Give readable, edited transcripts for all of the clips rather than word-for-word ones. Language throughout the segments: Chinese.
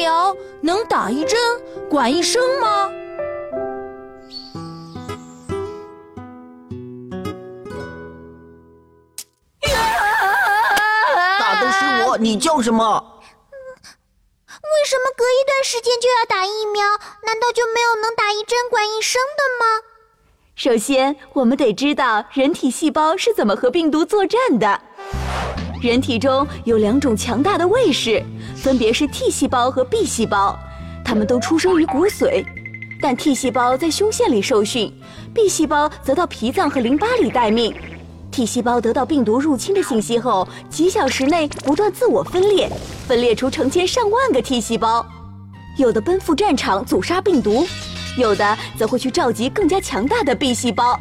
苗能打一针管一生吗？ 打的是我，你叫什么？ 为什么隔一段时间就要打疫苗？难道就没有能打一针管一生的吗？ 首先，我们得知道人体细胞是怎么和病毒作战的。人体中有2种强大的卫士，分别是 T 细胞和 B 细胞，它们都出生于骨髓，但 T 细胞在胸腺里受训 ，B 细胞则到脾脏和淋巴里待命。T 细胞得到病毒入侵的信息后，几小时内不断自我分裂，分裂出成千上万个 T 细胞，有的奔赴战场阻杀病毒，有的则会去召集更加强大的 B 细胞。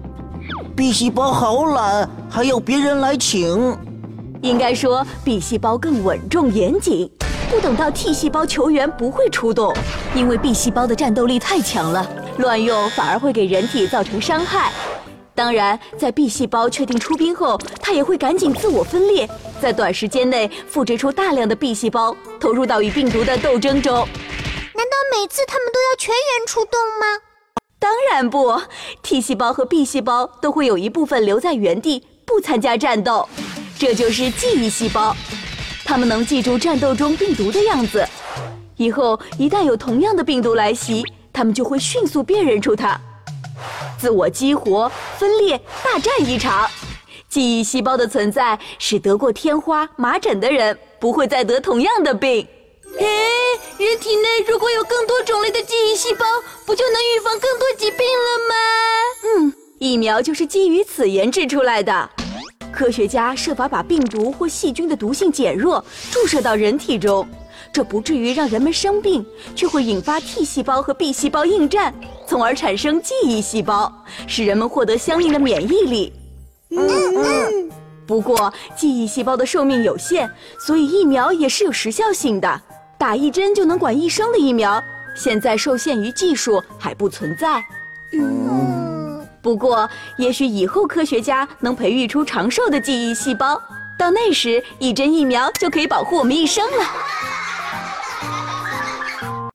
B 细胞好懒，还要别人来请。 应该说 B 细胞更稳重严谨，不等到 T 细胞求援不会出动，因为 B 细胞的战斗力太强了，乱用反而会给人体造成伤害。当然，在 B 细胞确定出兵后，它也会赶紧自我分裂，在短时间内复制出大量的 B 细胞，投入到与病毒的斗争中。 难道每次他们都要全员出动吗？ 当然不 ，T 细胞和 B 细胞都会有一部分留在原地，不参加战斗。这就是记忆细胞，它们能记住战斗中病毒的样子，以后一旦有同样的病毒来袭，它们就会迅速辨认出它，自我激活、分裂、大战一场。记忆细胞的存在使得过天花、麻疹的人不会再得同样的病。 人体内如果有更多种类的记忆细胞，不就能预防更多疾病了吗？ 疫苗就是基于此研制出来的。科学家设法把病毒或细菌的毒性减弱，注射到人体中，这不至于让人们生病，却会引发 T 细胞和 B 细胞应战，从而产生记忆细胞，使人们获得相应的免疫力。不过，记忆细胞的寿命有限，所以疫苗也是有时效性的。打一针就能管一生的疫苗，现在受限于技术还不存在。不过，也许以后科学家能培育出长寿的记忆细胞，到那时，一针疫苗就可以保护我们一生了。